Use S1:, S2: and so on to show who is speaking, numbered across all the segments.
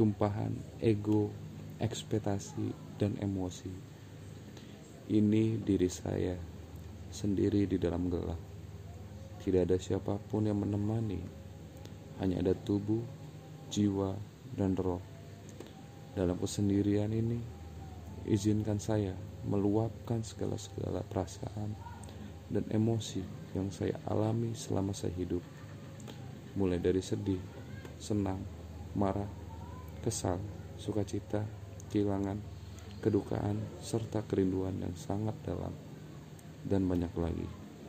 S1: tumpahan ego, ekspektasi, dan emosi. Ini diri saya sendiri di dalam gelap. Tidak ada siapapun yang menemani, hanya ada tubuh, jiwa, dan roh. Dalam kesendirian ini, izinkan saya meluapkan segala perasaan dan emosi yang saya alami selama saya hidup. Mulai dari sedih, senang, marah, kesal, sukacita, kehilangan, kedukaan, serta kerinduan yang sangat dalam, dan banyak lagi.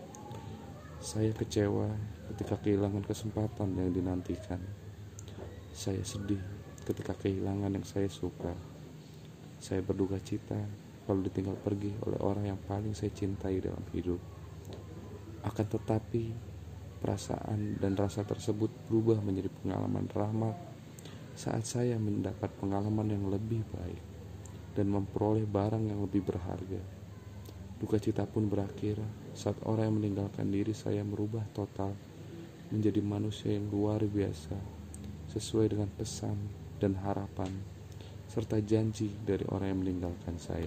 S1: Saya kecewa ketika kehilangan kesempatan yang dinantikan. Saya sedih ketika kehilangan yang saya suka. Saya berduka cita kalau ditinggal pergi oleh orang yang paling saya cintai dalam hidup. Akan tetapi, perasaan dan rasa tersebut berubah menjadi pengalaman rahmat saat saya mendapat pengalaman yang lebih baik dan memperoleh barang yang lebih berharga. Duka cita pun berakhir saat orang yang meninggalkan diri saya merubah total menjadi manusia yang luar biasa, sesuai dengan pesan dan harapan serta janji dari orang yang meninggalkan saya.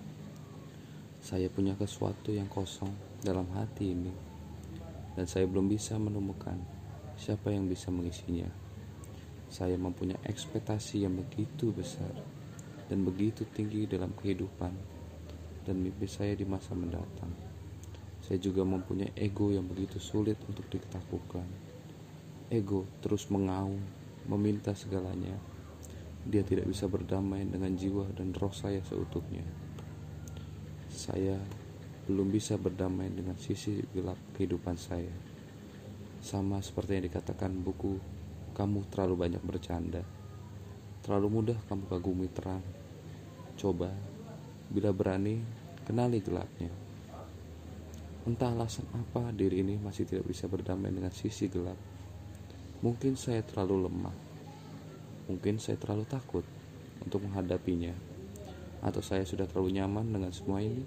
S1: Saya punya sesuatu yang kosong dalam hati ini, dan saya belum bisa menemukan siapa yang bisa mengisinya. Saya mempunyai ekspektasi yang begitu besar dan begitu tinggi dalam kehidupan dan mimpi saya di masa mendatang. Saya juga mempunyai ego yang begitu sulit untuk ditaklukkan. Ego terus mengaum, meminta segalanya. Dia tidak bisa berdamai dengan jiwa dan roh saya seutuhnya. Saya belum bisa berdamai dengan sisi gelap kehidupan saya. Sama seperti yang dikatakan buku, kamu terlalu banyak bercanda. Terlalu mudah kamu kagumi terang. Coba, bila berani, kenali gelapnya. Entah alasan apa diri ini masih tidak bisa berdamai dengan sisi gelap. Mungkin saya terlalu lemah. Mungkin saya terlalu takut untuk menghadapinya. Atau saya sudah terlalu nyaman dengan semua ini.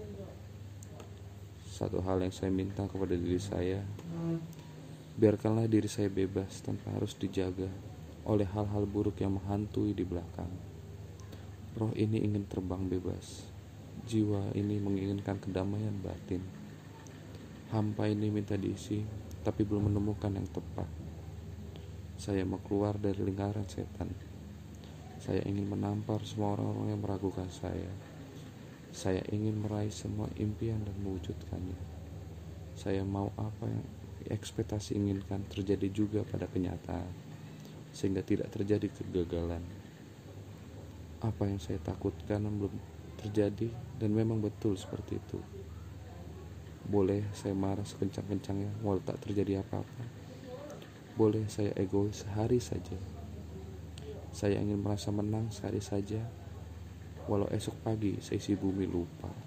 S1: Satu hal yang saya minta kepada diri saya, biarkanlah diri saya bebas tanpa harus dijaga oleh hal-hal buruk yang menghantui di belakang. Roh ini ingin terbang bebas. Jiwa ini menginginkan kedamaian batin. Hampa ini minta diisi, tapi belum menemukan yang tepat. Saya mau keluar dari lingkaran setan. Saya ingin menampar semua orang-orang yang meragukan saya. Saya ingin meraih semua impian dan mewujudkannya. Saya mau apa yang ekspektasi inginkan terjadi juga pada kenyataan, sehingga tidak terjadi kegagalan. Apa yang saya takutkan belum terjadi dan memang betul seperti itu. Boleh saya marah sekencang-kencangnya walau tak terjadi apa-apa. Boleh saya egois sehari saja. Saya ingin merasa menang sehari saja walau esok pagi seisi bumi lupa.